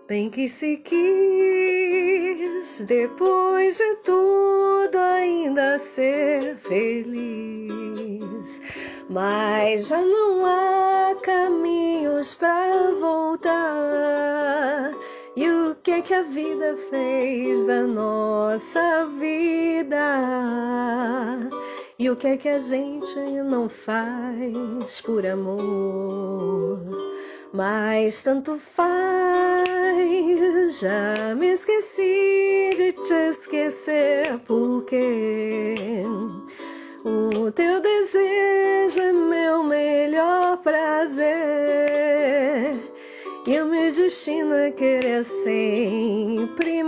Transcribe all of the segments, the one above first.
Bem que se quis, depois de tudo, ainda ser feliz. Mas já não há caminhos pra voltar. E o que a vida fez da nossa vida? E o que a gente não faz por amor? Mas tanto faz, já me esqueci de te esquecer, porque o teu desejo é meu melhor prazer. E o meu destino é querer sempre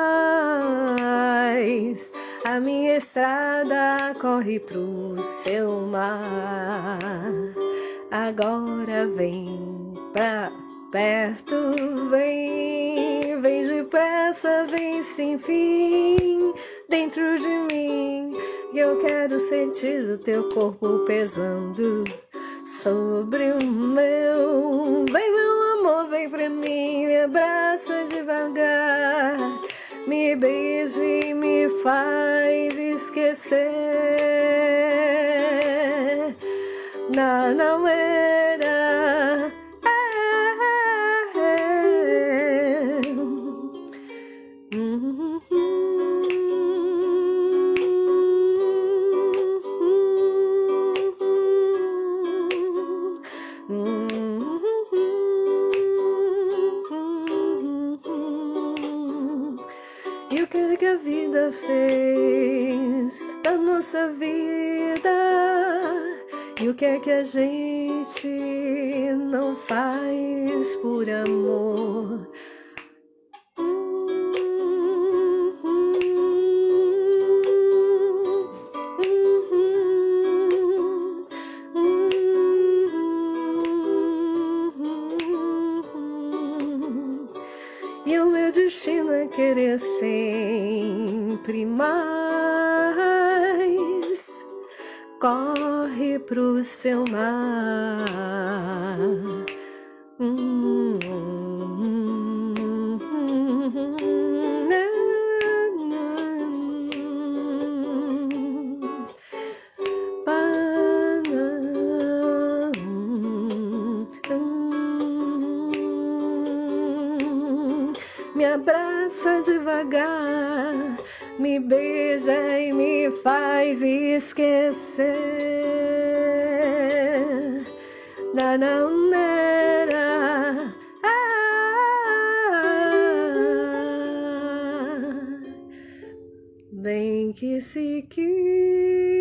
mais. A minha estrada corre pro seu mar. Agora vem pra perto, vem depressa, vem sem fim dentro de mim. E eu quero sentir o teu corpo pesando sobre o meu. Vem, meu amor, vem pra mim, me abraça devagar, me beija e me faz esquecer. Não era. E o que a vida fez da nossa vida? E o que a gente não faz por amor? E o meu destino é querer sempre mais. Corre pro seu mar. Me abraça devagar, me beija e me faz esquecer. Não era. Bem que se quis.